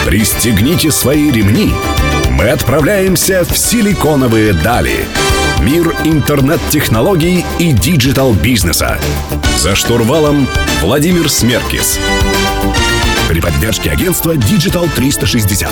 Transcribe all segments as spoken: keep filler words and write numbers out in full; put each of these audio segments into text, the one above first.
Пристегните свои ремни. Мы отправляемся в силиконовые дали. Мир интернет-технологий и диджитал-бизнеса. За штурвалом Владимир Смеркис. При поддержке агентства Digital триста шестьдесят.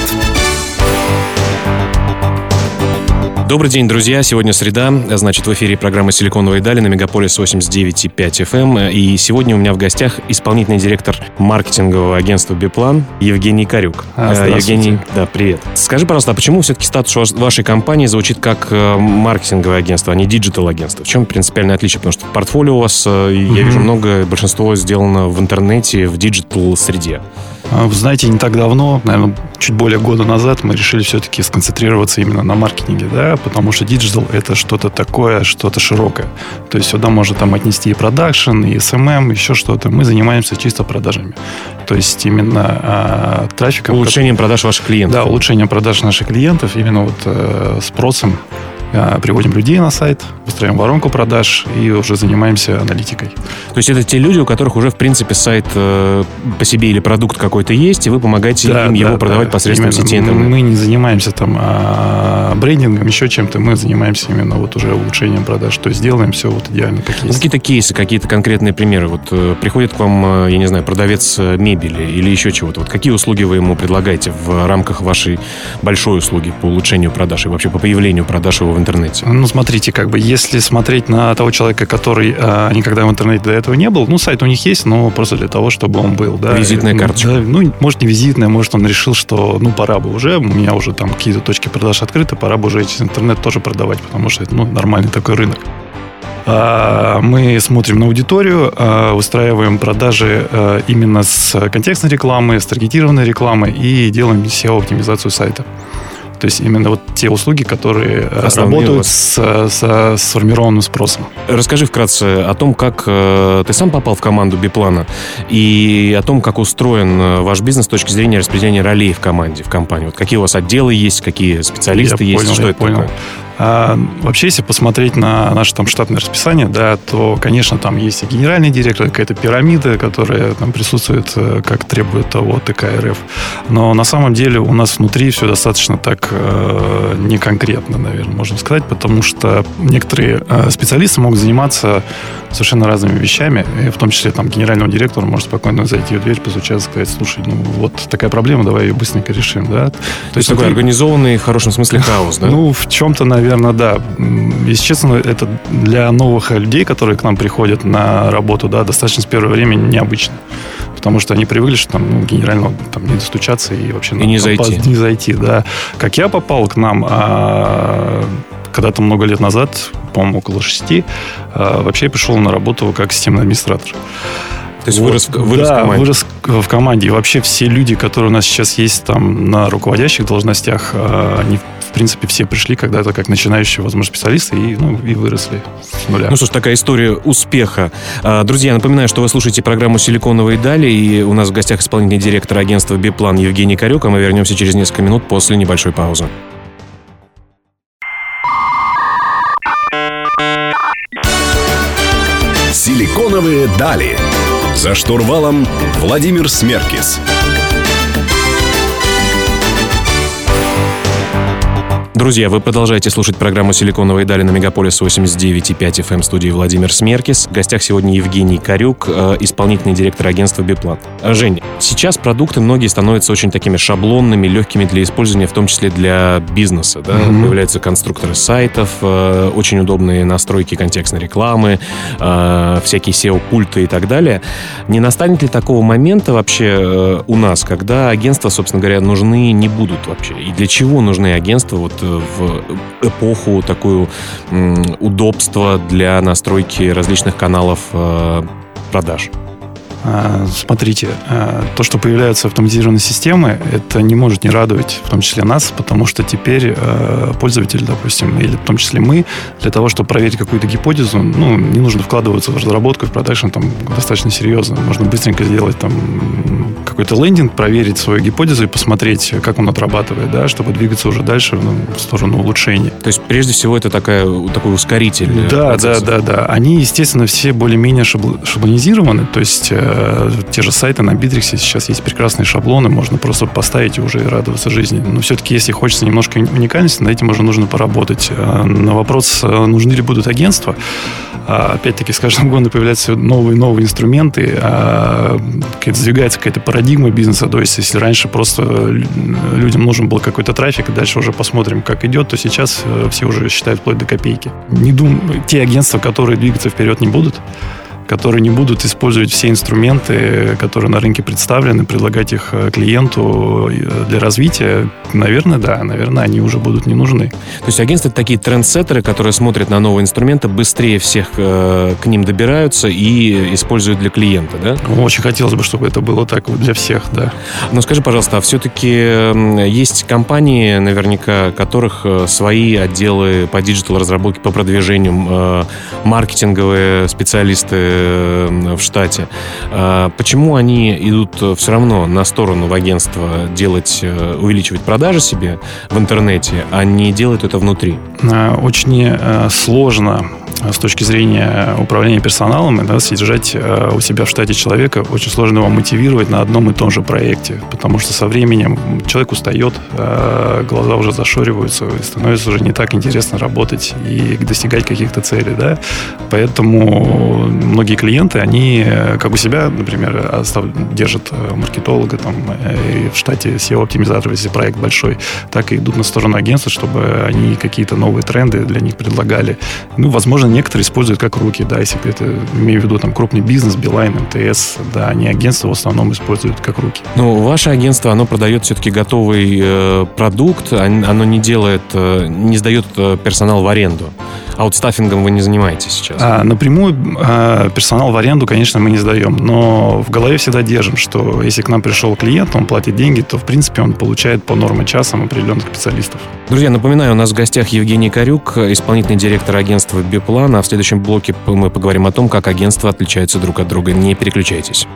Добрый день, друзья. Сегодня среда, значит, в эфире программа «Силиконовые дали» на Мегаполис восемьдесят девять и пять эф эм. И сегодня у меня в гостях исполнительный директор маркетингового агентства «Биплан» Евгений Корюк. А, Евгений, да, привет. Скажи, пожалуйста, а почему все-таки статус вашей компании звучит как маркетинговое агентство, а не диджитал-агентство? В чем принципиальное отличие? Потому что портфолио у вас, mm-hmm. я вижу, много, большинство сделано в интернете, в диджитал-среде. Вы знаете, не так давно, наверное, чуть более года назад мы решили все-таки сконцентрироваться именно на маркетинге, да, потому что диджитал — это что-то такое, что-то широкое. То есть сюда можно там отнести и продакшн, и эс эм эм, еще что-то. Мы занимаемся чисто продажами. То есть именно а, трафиком... Улучшением продаж ваших клиентов. Да, улучшением продаж наших клиентов, именно вот э, спросом. Приводим людей на сайт, выстраиваем воронку продаж и уже занимаемся аналитикой. То есть это те люди, у которых уже, в принципе, сайт э, по себе или продукт какой-то есть, и вы помогаете да, им да, его продавать да. посредством именно сети интернет. Мы не занимаемся там а, брендингом, еще чем-то. Мы занимаемся именно вот уже улучшением продаж. То есть делаем все вот идеально, как есть. Какие-то кейсы, какие-то конкретные примеры. Вот э, приходит к вам, я не знаю, продавец мебели или еще чего-то. Вот какие услуги вы ему предлагаете в рамках вашей большой услуги по улучшению продаж и вообще по появлению продаж его в интернете? Ну, смотрите, как бы, если смотреть на того человека, который а, никогда в интернете до этого не был, ну, сайт у них есть, но просто для того, чтобы он был, да. Визитная ну, карточка. Да, ну, может, не визитная, может, он решил, что, ну, пора бы уже, у меня уже там какие-то точки продаж открыты, пора бы уже через интернет тоже продавать, потому что это, ну, нормальный такой рынок. А, мы смотрим на аудиторию, а, выстраиваем продажи а, именно с контекстной рекламы, с таргетированной рекламы и делаем эс и о-оптимизацию сайта. То есть именно вот те услуги, которые Основные работают с, с, с сформированным спросом. Расскажи вкратце о том, как э, ты сам попал в команду Биплана и о том, как устроен ваш бизнес с точки зрения распределения ролей в команде, в компании. Вот какие у вас отделы есть, какие специалисты я есть, понял, что я это понял. такое? А, вообще, если посмотреть на наше там штатное расписание, да, то, конечно, там есть и генеральный директор, какая-то пирамида, которая там присутствует, как требует того ТК эр эф. Но на самом деле у нас внутри все достаточно так э, неконкретно, наверное, можно сказать, потому что некоторые э, специалисты могут заниматься совершенно разными вещами, и в том числе там генерального директора может спокойно зайти в дверь, постучаться, сказать: слушай, ну вот такая проблема, давай ее быстренько решим, да. То, То есть такой организованный, в хорошем смысле, хаос, да? Ну, в чем-то, наверное, Наверное, да. Если честно, это для новых людей, которые к нам приходят на работу, да, достаточно с первого времени необычно. Потому что они привыкли, что там, ну, генерально там, не достучаться и вообще... И ну, не зайти. Не зайти, да. Как я попал к нам а, когда-то много лет назад, по-моему, около шести, а, вообще я пришел на работу как системный администратор. То есть вот, вырос, вырос да, в команде. вырос в команде. И вообще все люди, которые у нас сейчас есть там на руководящих должностях, они, в принципе, все пришли когда-то как начинающие, возможно, специалисты и, ну, и выросли с нуля. Ну, слушай, такая история успеха. Друзья, напоминаю, что вы слушаете программу «Силиконовые дали», и у нас в гостях исполнительный директор агентства «Биплан» Евгений Корюк, а мы вернемся через несколько минут после небольшой паузы. «Силиконовые дали». За штурвалом Владимир Смеркис. Друзья, вы продолжаете слушать программу «Силиконовые дали» на Мегаполис восемьдесят девять и пять эф эм, студии Владимир Смеркис. В гостях сегодня Евгений Корюк, исполнительный директор агентства «Биплан». Жень, сейчас продукты многие становятся очень такими шаблонными, легкими для использования, в том числе для бизнеса. Да? Mm-hmm. Появляются конструкторы сайтов, очень удобные настройки контекстной рекламы, всякие сео-пульты и так далее. Не настанет ли такого момента вообще у нас, когда агентства, собственно говоря, нужны не будут вообще? И для чего нужны агентства вот в эпоху такую м, удобства для настройки различных каналов э, продаж? Смотрите, то, что появляются автоматизированные системы, это не может не радовать, в том числе нас, потому что теперь пользователь, допустим, или в том числе мы, для того, чтобы проверить какую-то гипотезу, ну, не нужно вкладываться в разработку, в продакшн там достаточно серьезно. Можно быстренько сделать там какой-то лендинг, проверить свою гипотезу и посмотреть, как он отрабатывает, да, чтобы двигаться уже дальше в сторону улучшения. То есть, прежде всего, это такая, такой ускоритель. Да, процессов. да, да, да. Они, естественно, все более-менее шаблонизированы. То есть, э, те же сайты на Битриксе сейчас есть прекрасные шаблоны, можно просто поставить и уже радоваться жизни. Но все-таки, если хочется немножко уникальности, над этим уже нужно поработать. На вопрос, нужны ли будут агентства, опять-таки, с каждым годом появляются новые и новые инструменты, сдвигается какая-то парадигма бизнеса. То есть, если раньше просто людям нужен был какой-то трафик, и дальше уже посмотрим, как идет, то сейчас все уже считают вплоть до копейки. Не думаю, те агентства, которые двигаться вперед не будут, которые не будут использовать все инструменты, которые на рынке представлены, предлагать их клиенту для развития, наверное, да, наверное, они уже будут не нужны. То есть агентства — это такие трендсеттеры, которые смотрят на новые инструменты, быстрее всех э, к ним добираются и используют для клиента, да? Очень хотелось бы, чтобы это было так для всех, да. Но скажи, пожалуйста, а все-таки есть компании, наверняка, которых свои отделы по диджитал-разработке, по продвижению, э, маркетинговые специалисты в штате. Почему они идут все равно на сторону в агентство делать, увеличивать продажи себе в интернете, а не делают это внутри? Очень сложно с точки зрения управления персоналом, да, содержать у себя в штате человека. Очень сложно его мотивировать на одном и том же проекте, потому что со временем человек устает, глаза уже зашориваются, и становится уже не так интересно работать и достигать каких-то целей. Да? Поэтому многие клиенты, они как у себя, например, держат маркетолога там, и в штате эс и о-оптимизатора, если проект большой, так и идут на сторону агентства, чтобы они какие-то новые тренды для них предлагали. Ну, возможно, некоторые используют как руки, да, если это, имею в виду, там, крупный бизнес, Билайн, эм тэ эс, да, они агентства в основном используют как руки. Ну, ваше агентство, оно продает все-таки готовый э, продукт, оно не делает, э, не сдает э, персонал в аренду. Аутстаффингом вы не занимаетесь сейчас? А, напрямую а, персонал в аренду, конечно, мы не сдаем, но в голове всегда держим, что если к нам пришел клиент, он платит деньги, то, в принципе, он получает по норме часам определенных специалистов. Друзья, напоминаю, у нас в гостях Евгений Карюк, исполнительный директор агентства Биплан, а в следующем блоке мы поговорим о том, как агентства отличаются друг от друга. Не переключайтесь.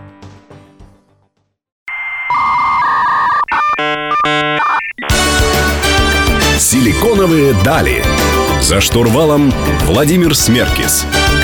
Силиконовые дали. За штурвалом Владимир Смеркис.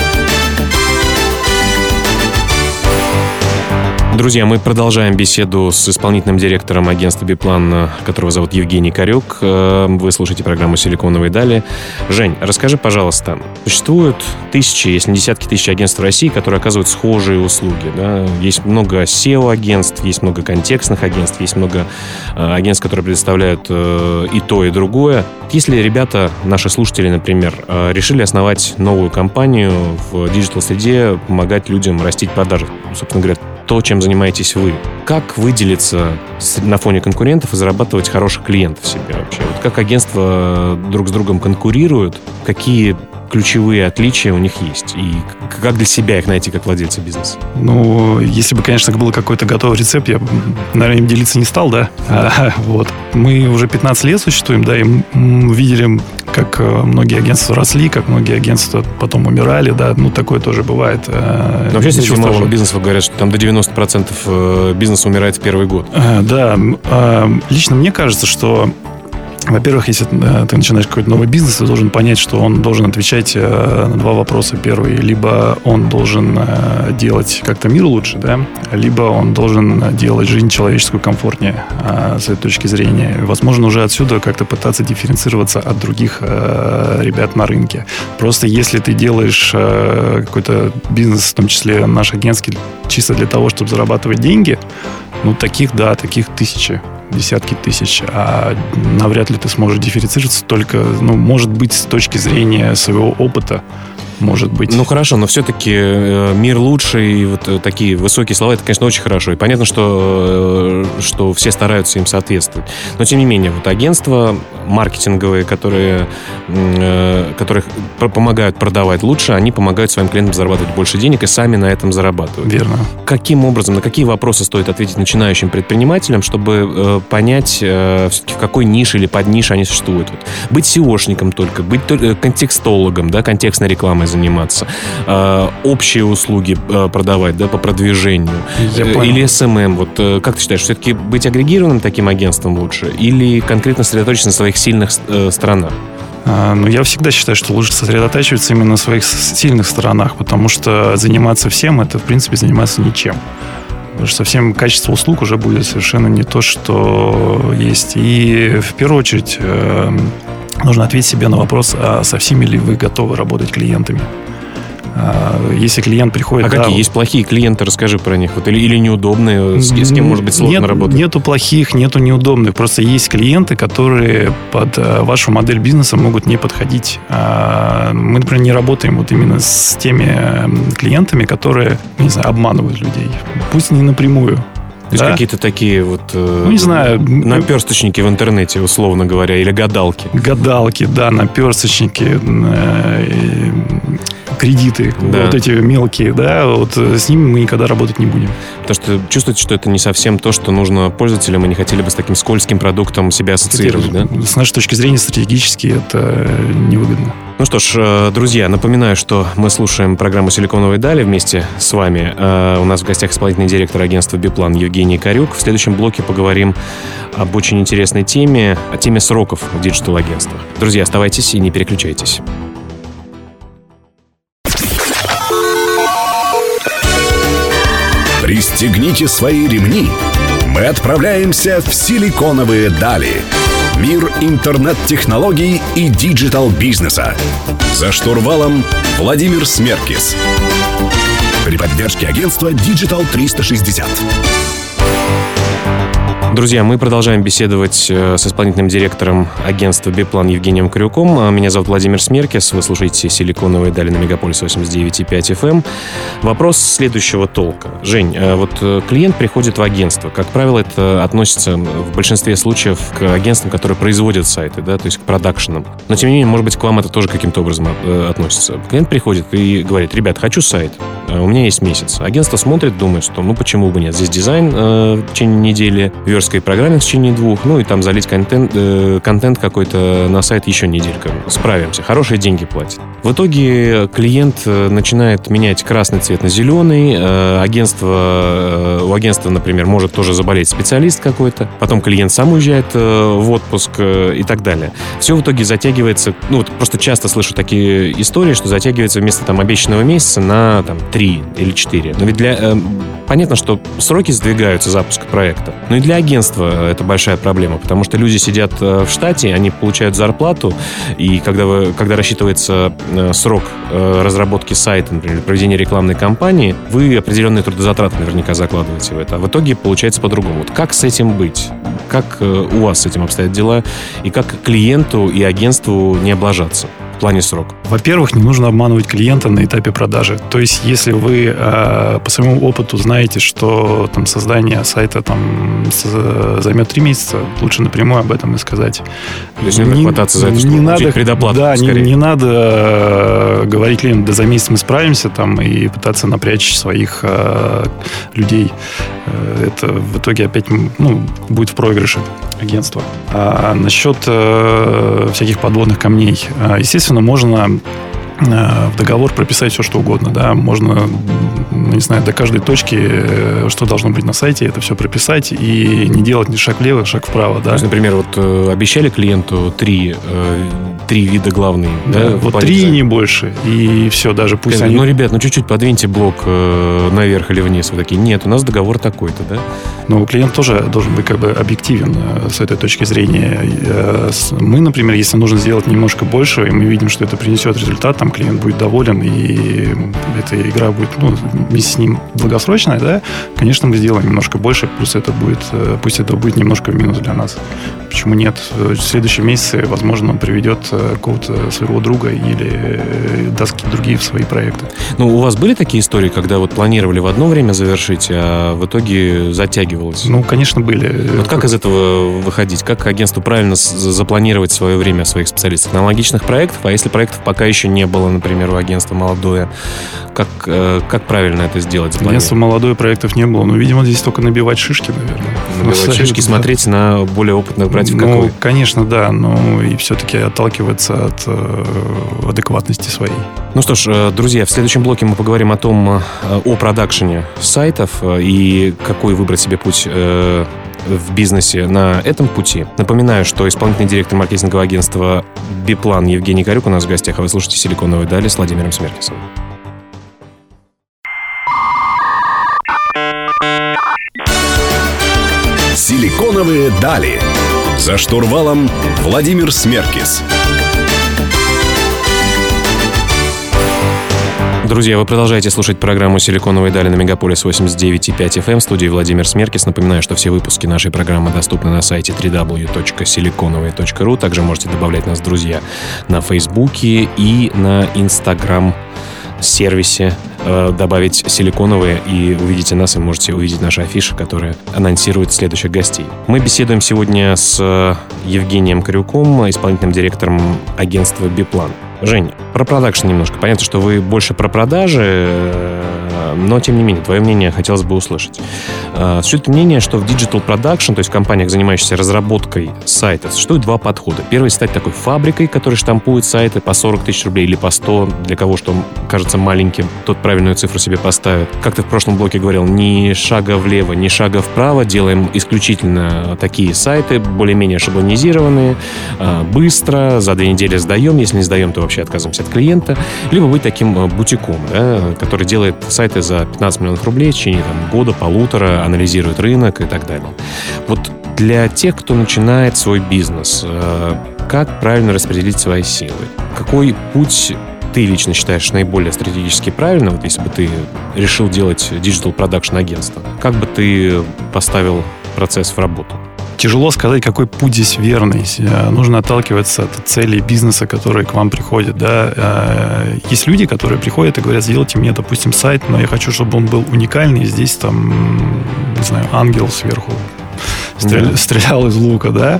Друзья, мы продолжаем беседу с исполнительным директором агентства Биплан, которого зовут Евгений Карюк. Вы слушаете программу «Силиконовые дали». Жень, расскажи, пожалуйста, существуют тысячи, если не десятки тысяч агентств в России, которые оказывают схожие услуги. Да? Есть много сео-агентств, есть много контекстных агентств, есть много агентств, которые предоставляют и то, и другое. Если ребята, наши слушатели, например, решили основать новую компанию в диджитал-среде, помогать людям растить продажи, собственно говоря, то, чем занимаетесь вы. Как выделиться на фоне конкурентов и зарабатывать хороших клиентов себе вообще? Вот как агентства друг с другом конкурируют, какие ключевые отличия у них есть? И как для себя их найти, как владельца бизнеса? Ну, если бы, конечно, был какой-то готовый рецепт, я бы, наверное, им делиться не стал, да? А, вот. Мы уже пятнадцать лет существуем, да, и мы видели, как многие агентства росли, как многие агентства потом умирали, да, ну, такое тоже бывает. Но вообще, среди малого бизнеса говорят, что там до девяносто процентов бизнеса умирает в первый год. А, да. А, лично мне кажется, что во-первых, если ты начинаешь какой-то новый бизнес, ты должен понять, что он должен отвечать на два вопроса. Первый, либо он должен делать как-то мир лучше, да, либо он должен делать жизнь человеческую комфортнее с этой точки зрения. Возможно, уже отсюда как-то пытаться дифференцироваться от других ребят на рынке. Просто если ты делаешь какой-то бизнес, в том числе наш агентский, чисто для того, чтобы зарабатывать деньги, ну, таких, да, таких тысячи. Десятки тысяч, а навряд ли ты сможешь дифференцироваться только, ну, может быть, с точки зрения своего опыта, может быть. Ну, хорошо, но все-таки мир лучше, и вот такие высокие слова, это, конечно, очень хорошо. И понятно, что, что все стараются им соответствовать. Но, тем не менее, вот агентства маркетинговые, которые, которые помогают продавать лучше, они помогают своим клиентам зарабатывать больше денег и сами на этом зарабатывают. Верно. Каким образом, на какие вопросы стоит ответить начинающим предпринимателям, чтобы понять, все-таки в какой нише или под нише они существуют? Вот. Быть сеошником только, быть контекстологом, да, контекстной рекламой рекламой заниматься, э, общие услуги э, продавать, да, по продвижению, Я э, понял. или эс эм эм. Вот, э, как ты считаешь, все-таки быть агрегированным таким агентством лучше или конкретно сосредоточиться на своих сильных э, сторонах? Ну, я всегда считаю, что лучше сосредотачиваться именно на своих сильных сторонах, потому что заниматься всем — это, в принципе, заниматься ничем. Потому что совсем качество услуг уже будет совершенно не то, что есть. И в первую очередь нужно ответить себе на вопрос, а со всеми ли вы готовы работать клиентами. Если клиент приходит... А да, какие? Есть плохие клиенты, расскажи про них. Вот, или, или неудобные, с, с кем, может быть, сложно Нет, работать? Нету плохих, нету неудобных. Просто есть клиенты, которые под вашу модель бизнеса могут не подходить. Мы, например, не работаем вот именно с теми клиентами, которые, не знаю, обманывают людей. Пусть не напрямую. То есть да? какие-то такие вот ну, не знаю, наперсточники в интернете, условно говоря, или гадалки. Гадалки, да, наперсточники, кредиты, да. вот эти мелкие, да, вот с ними мы никогда работать не будем. Потому что чувствуете, что это не совсем то, что нужно пользователям, и не хотели бы с таким скользким продуктом себя ассоциировать, да? С нашей точки зрения, стратегически это невыгодно. Ну что ж, друзья, напоминаю, что мы слушаем программу «Силиконовые дали» вместе с вами. У нас в гостях исполнительный директор агентства «Биплан» Евгений Карюк. В следующем блоке поговорим об очень интересной теме, о теме сроков в диджитал-агентствах. Друзья, оставайтесь и не переключайтесь. Пристегните свои ремни. Мы отправляемся в Силиконовые дали. Мир интернет-технологий и диджитал-бизнеса. За штурвалом Владимир Смеркис. При поддержке агентства Digital триста шестьдесят. Друзья, мы продолжаем беседовать с исполнительным директором агентства «Биплан» Евгением Карюком. Меня зовут Владимир Смеркис. Вы слушаете «Силиконовые дали» на Мегаполис восемьдесят девять и пять эф эм. Вопрос следующего толка. Жень, вот клиент приходит в агентство. Как правило, это относится в большинстве случаев к агентствам, которые производят сайты, да, то есть к продакшенам. Но, тем не менее, может быть, к вам это тоже каким-то образом относится. Клиент приходит и говорит: ребят, хочу сайт, у меня есть месяц. Агентство смотрит, думает, что ну почему бы нет. Здесь дизайн э, в течение недели, верстка и программинг в течение двух, ну и там залить контент, э, контент какой-то на сайт еще неделька. Справимся. Хорошие деньги платят. В итоге клиент начинает менять красный цвет на зеленый. Э, агентство, э, у агентства, например, может тоже заболеть специалист какой-то. Потом клиент сам уезжает э, в отпуск э, и так далее. Все в итоге затягивается. Ну вот просто часто слышу такие истории, что затягивается вместо там обещанного месяца на там три или четыре. Но ведь для... Э, понятно, что сроки сдвигаются запуска проекта. Но и для агентства это большая проблема, потому что люди сидят в штате, они получают зарплату, и когда, вы, когда рассчитывается срок разработки сайта, например, проведения рекламной кампании, вы определенные трудозатраты наверняка закладываете в это. А в итоге получается по-другому. Вот как с этим быть? Как у вас с этим обстоят дела? И как клиенту и агентству не облажаться в плане срока? Во-первых, не нужно обманывать клиента на этапе продажи. То есть, если вы э, по своему опыту знаете, что там, создание сайта там, с, займет три месяца, лучше напрямую об этом и сказать. То есть, не надо хвататься за это, чтобы не получить надо, предоплату. Да, не, не надо э, говорить клиенту: да за месяц мы справимся, там, и пытаться напрячь своих э, людей. Это в итоге опять ну, будет в проигрыше агентства. А насчет э, всяких подводных камней. Естественно, можно в договор прописать все, что угодно. Да? Можно, не знаю, до каждой точки, что должно быть на сайте, это все прописать и не делать ни шаг влево, ни шаг вправо. Да? То есть, например, вот э, обещали клиенту три, э, три вида главные. Да, да, вот три и не больше. И все, даже пусть Сказали, они... Ну, ребят, ну чуть-чуть подвиньте блок э, наверх или вниз. Вы такие: нет, у нас договор такой-то, да? Но клиент тоже должен быть как бы объективен э, с этой точки зрения. Э, с, мы, например, если нужно сделать немножко больше, и мы видим, что это принесет результат, там клиент будет доволен, и эта игра будет, ну, вместе с ним долгосрочная, да, конечно, мы сделаем немножко больше, плюс это будет, пусть это будет немножко в минус для нас. Почему нет? В следующем месяце, возможно, он приведет какого-то своего друга или даст какие-то другие свои проекты. Ну, у вас были такие истории, когда вот планировали в одно время завершить, а в итоге затягивалось? Ну, конечно, были. Вот как из этого выходить? Как агентству правильно запланировать свое время своих специалистов? На аналогичных проектах, а если проектов пока еще не было? было, например, у агентства молодое. Как, как правильно это сделать? Агентство молодое, проектов не было. Ну, видимо, здесь только набивать шишки, наверное. Набивать ну, шишки, да. Смотреть на более опытных братьев, ну, как вы. Конечно, да. Но и все-таки отталкиваться от э, адекватности своей. Ну что ж, друзья, в следующем блоке мы поговорим о том, о продакшене сайтов и какой выбрать себе путь э, в бизнесе на этом пути. Напоминаю, что исполнительный директор маркетингового агентства «Биплан» Евгений Карюк у нас в гостях, а вы слушаете «Силиконовые дали» с Владимиром Смеркисом. «Силиконовые дали». За штурвалом Владимир Смеркис. Друзья, вы продолжаете слушать программу «Силиконовые дали» на Мегаполис восемьдесят девять и пять эф эм. В студии Владимир Смеркис. Напоминаю, что все выпуски нашей программы доступны на сайте дабл ю дабл ю дабл ю точка силиконовые точка ру. Также можете добавлять нас в друзья на Фейсбуке и на Инстаграм сервисе, э, добавить «Силиконовые», и увидите нас, и можете увидеть наши афиши, которые анонсируют следующих гостей. Мы беседуем сегодня с Евгением Карюком, исполнительным директором агентства «Биплан». Жень, про продакшн немножко. Понятно, что вы больше про продажи, но, тем не менее, твое мнение хотелось бы услышать. Существует мнение, что в Digital Production, то есть в компаниях, занимающихся разработкой сайта, существует два подхода. Первый — стать такой фабрикой, которая штампует сайты по сорок тысяч рублей или по сто, для кого что кажется маленьким, тот правильную цифру себе поставит. Как ты в прошлом блоке говорил, ни шага влево, ни шага вправо, делаем исключительно такие сайты, более-менее шаблонизированные, быстро, за две недели сдаем, если не сдаем, то вообще отказываемся от клиента, либо быть таким бутиком, да, который делает сайты за пятнадцать миллионов рублей в течение там, года, полутора, анализирует рынок и так далее. Вот для тех, кто начинает свой бизнес, как правильно распределить свои силы? Какой путь ты лично считаешь наиболее стратегически правильным, вот если бы ты решил делать Digital Production агентство? Как бы ты поставил процесс в работу? Тяжело сказать, какой путь здесь верный. Нужно отталкиваться от целей бизнеса, которые к вам приходят. Да? Есть люди, которые приходят и говорят: сделайте мне, допустим, сайт, но я хочу, чтобы он был уникальный. Здесь там, не знаю, ангел сверху Стреля, да. стрелял из лука, да.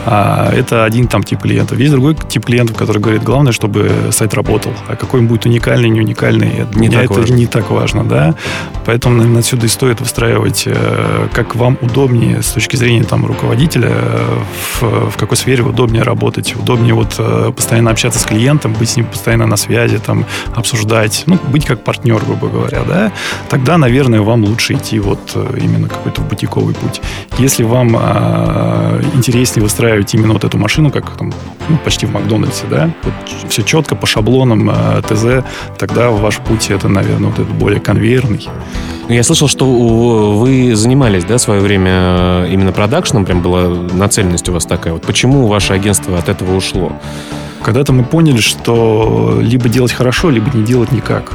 А, это один там тип клиентов. Есть другой тип клиентов, который говорит: главное, чтобы сайт работал. А какой он будет уникальный, не уникальный, не для меня это важно. не так важно, да. Поэтому, наверное, отсюда и стоит выстраивать, как вам удобнее с точки зрения там руководителя, в, в какой сфере удобнее работать, удобнее вот постоянно общаться с клиентом, быть с ним постоянно на связи, там, обсуждать, ну, быть как партнер, грубо говоря, да. Тогда, наверное, вам лучше идти вот именно какой-то бутиковый путь. Если вам а, интереснее выстраивать именно вот эту машину, как там, ну, почти в Макдональдсе, да, вот все четко, по шаблонам, а, ТЗ, тогда ваш путь это, наверное, вот этот более конвейерный. Я слышал, что вы занимались, да, в свое время именно продакшеном, прям была нацеленность у вас такая. Вот почему ваше агентство от этого ушло? Когда-то мы поняли, что либо делать хорошо, либо не делать никак.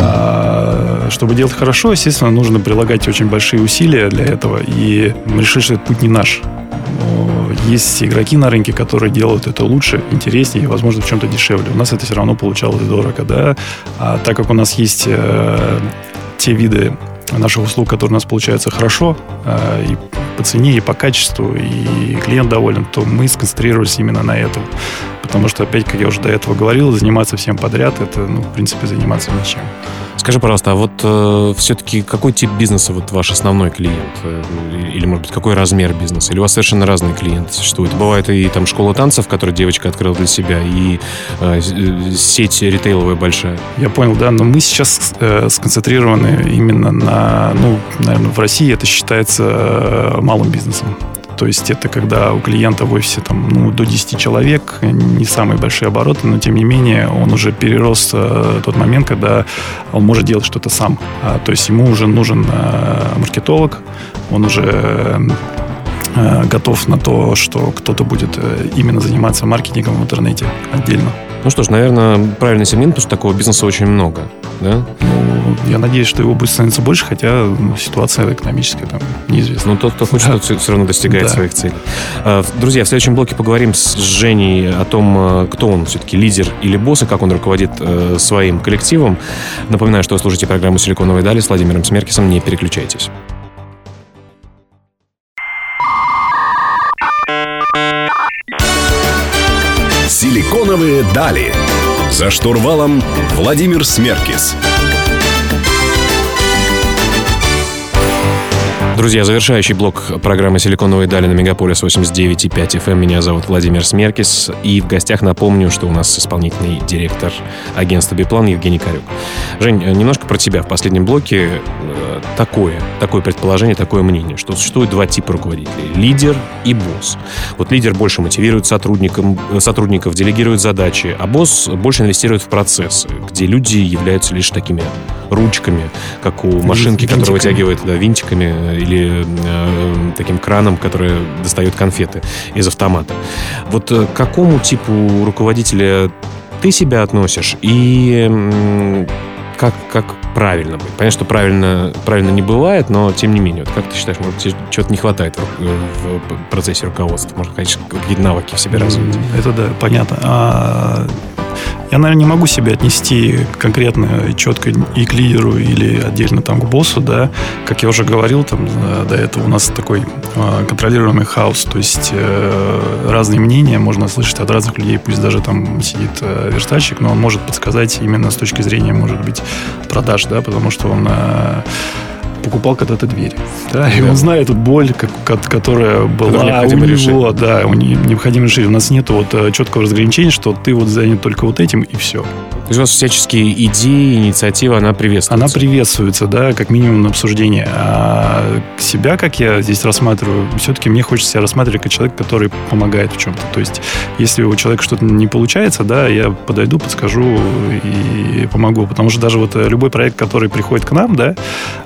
А чтобы делать хорошо, естественно, нужно прилагать очень большие усилия для этого. И мы решили, что этот путь не наш. Но есть игроки на рынке, которые делают это лучше, интереснее и, возможно, в чем-то дешевле. У нас это все равно получалось дорого, да. А так как у нас есть э, те виды наших услуг, которые у нас получаются хорошо, э, и по цене, и по качеству, и клиент доволен, то мы сконцентрировались именно на этом. Потому что, опять, как я уже до этого говорил, заниматься всем подряд, это, ну, в принципе, заниматься ничем. Скажи, пожалуйста, а вот э, все-таки какой тип бизнеса вот ваш основной клиент? Или, может быть, какой размер бизнеса? Или у вас совершенно разные клиенты существуют? Бывает и там школа танцев, которую девочка открыла для себя, и э, сеть ритейловая большая. Я понял, да, но мы сейчас э, сконцентрированы именно на, ну, наверное, в России это считается э, малым бизнесом. То есть это когда у клиента в офисе там, ну, до десяти человек, не самые большие обороты, но тем не менее он уже перерос э, тот момент, когда он может делать что-то сам. А, то есть ему уже нужен э, маркетолог, он уже э, готов на то, что кто-то будет э, именно заниматься маркетингом в интернете отдельно. Ну что ж, наверное, правильный сегмент, потому что такого бизнеса очень много, да? Ну, я надеюсь, что его будет становиться больше, хотя ну, ситуация экономическая там неизвестна. Ну, тот, кто хочет, да. тот все равно достигает да. своих целей. Друзья, в следующем блоке поговорим с Женей о том, кто он все-таки, лидер или босс, и как он руководит э, своим коллективом. Напоминаю, что вы слушаете программу «Силиконовые дали» с Владимиром Смеркисом. Не переключайтесь. «Силиконовые дали». За штурвалом Владимир Смеркис. Друзья, завершающий блок программы «Силиконовые дали» на Мегаполис восемьдесят девять и пять эф эм. Меня зовут Владимир Смеркис. И в гостях, напомню, что у нас исполнительный директор агентства «Биплан» Евгений Карюк. Жень, немножко про тебя. В последнем блоке такое, такое предположение, такое мнение, что существует два типа руководителей. Лидер и босс. Вот лидер больше мотивирует сотрудникам, сотрудников, делегирует задачи, а босс больше инвестирует в процессы, где люди являются лишь такими ручками, как у машинки, которая вытягивает, да, винтиками, или э, таким краном, который достает конфеты из автомата. Вот к какому типу руководителя ты себя относишь и э, как, как правильно быть? Понятно, что правильно, правильно не бывает, но тем не менее. Вот как ты считаешь, может, тебе чего-то не хватает в, в процессе руководства? Может, конечно, какие-то навыки в себе развить? Это да, понятно. А... Я, наверное, не могу себя отнести конкретно, четко и к лидеру или отдельно там к боссу, да. Как я уже говорил, там до этого у нас такой э, контролируемый хаос, то есть э, разные мнения можно слышать от разных людей, пусть даже там сидит э, верстальщик, но он может подсказать именно с точки зрения, может быть, продаж, да, потому что он... Э, покупал когда-то дверь. Да, и да. Он знает эту боль, как, которая была у него. Решить. Да, у него необходимо решить. У нас нет вот четкого разграничения, что ты вот занят только вот этим, и все. То есть у вас всяческие идеи, инициатива, она приветствуется? Она приветствуется, да, как минимум на обсуждение. А себя, как я здесь рассматриваю, все-таки мне хочется себя рассматривать как человек, который помогает в чем-то. То есть, если у человека что-то не получается, да, я подойду, подскажу и помогу. Потому что даже вот любой проект, который приходит к нам, да,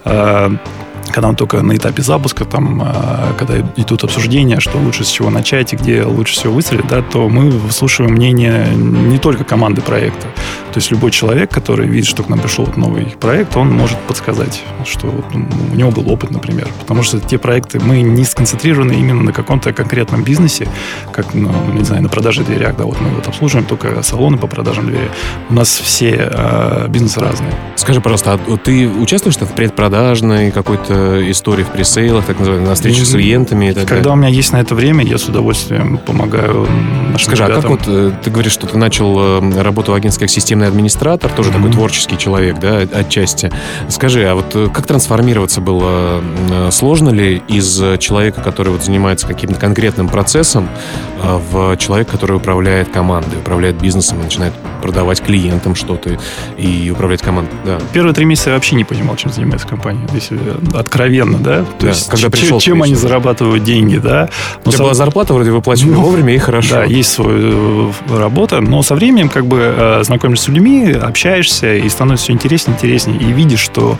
когда он только на этапе запуска, там, когда идут обсуждения, что лучше с чего начать и где лучше всего выстрелить, да, то мы выслушиваем мнение не только команды проекта. То есть любой человек, который видит, что к нам пришел новый проект, он может подсказать, что у него был опыт, например. Потому что те проекты, мы не сконцентрированы именно на каком-то конкретном бизнесе, как, ну, не знаю, на продаже дверях. Да, вот мы вот обслуживаем только салоны по продажам дверей. У нас все э, бизнесы разные. Скажи, пожалуйста, а ты участвуешь в предпродажной какой-то истории в пресейлах, так называемые, на встрече с клиентами? И так Когда далее? У меня есть на это время, я с удовольствием помогаю нашим Скажи, ребятам. а как вот ты говоришь, что ты начал работу в агентстве как системный администратор, тоже mm-hmm. такой творческий человек, да, отчасти. Скажи, а вот как трансформироваться было? Сложно ли из человека, который вот занимается каким-то конкретным процессом, в человека, который управляет командой, управляет бизнесом, начинает продавать клиентам что-то и управлять командой? Да. Первые три месяца я вообще не понимал, чем занимается компания. Если откровенно, да? То да, есть, когда чем, пришел чем они зарабатывают деньги, да? У тебя была зарплата, вроде выплачивали ну, вовремя, и хорошо. Да, есть своя работа, но со временем как бы знакомишься с людьми, общаешься, и становится все интереснее, интереснее, и видишь, что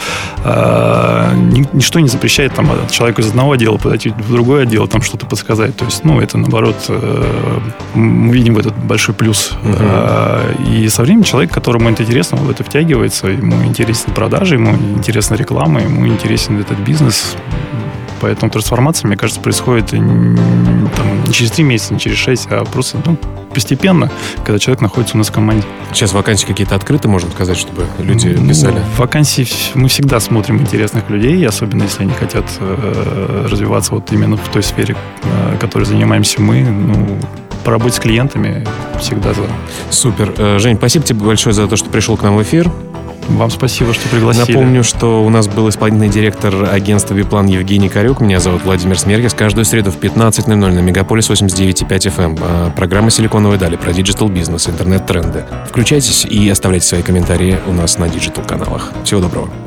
э, ничто не запрещает там человеку из одного отдела подойти в другой отдел, там что-то подсказать. То есть, ну, это, наоборот, э, мы видим в этот большой плюс. Uh-huh. Э, и со временем человек, которому это интересно, в это втягивается, ему интересны продажи, ему интересна реклама, ему интересен этот бизнес. Поэтому трансформация, мне кажется, происходит там, не через три месяца, не через шесть, а просто ну, постепенно, когда человек находится у нас в команде. Сейчас вакансии какие-то открыты, можно сказать, чтобы люди писали? Ну, вакансии мы всегда смотрим интересных людей, особенно если они хотят э, развиваться вот именно в той сфере, э, которой занимаемся мы. Ну, по работе с клиентами всегда за. Супер. Жень, спасибо тебе большое за то, что пришел к нам в эфир. Вам спасибо, что пригласили. Напомню, что у нас был исполнительный директор агентства «Биплан» Евгений Карюк. Меня зовут Владимир Смеркис. Каждую среду в пятнадцать ноль ноль на Мегаполис восемьдесят девять и пять эф эм. Программа «Силиконовые дали» про диджитал-бизнес, интернет-тренды. Включайтесь и оставляйте свои комментарии у нас на диджитал-каналах. Всего доброго.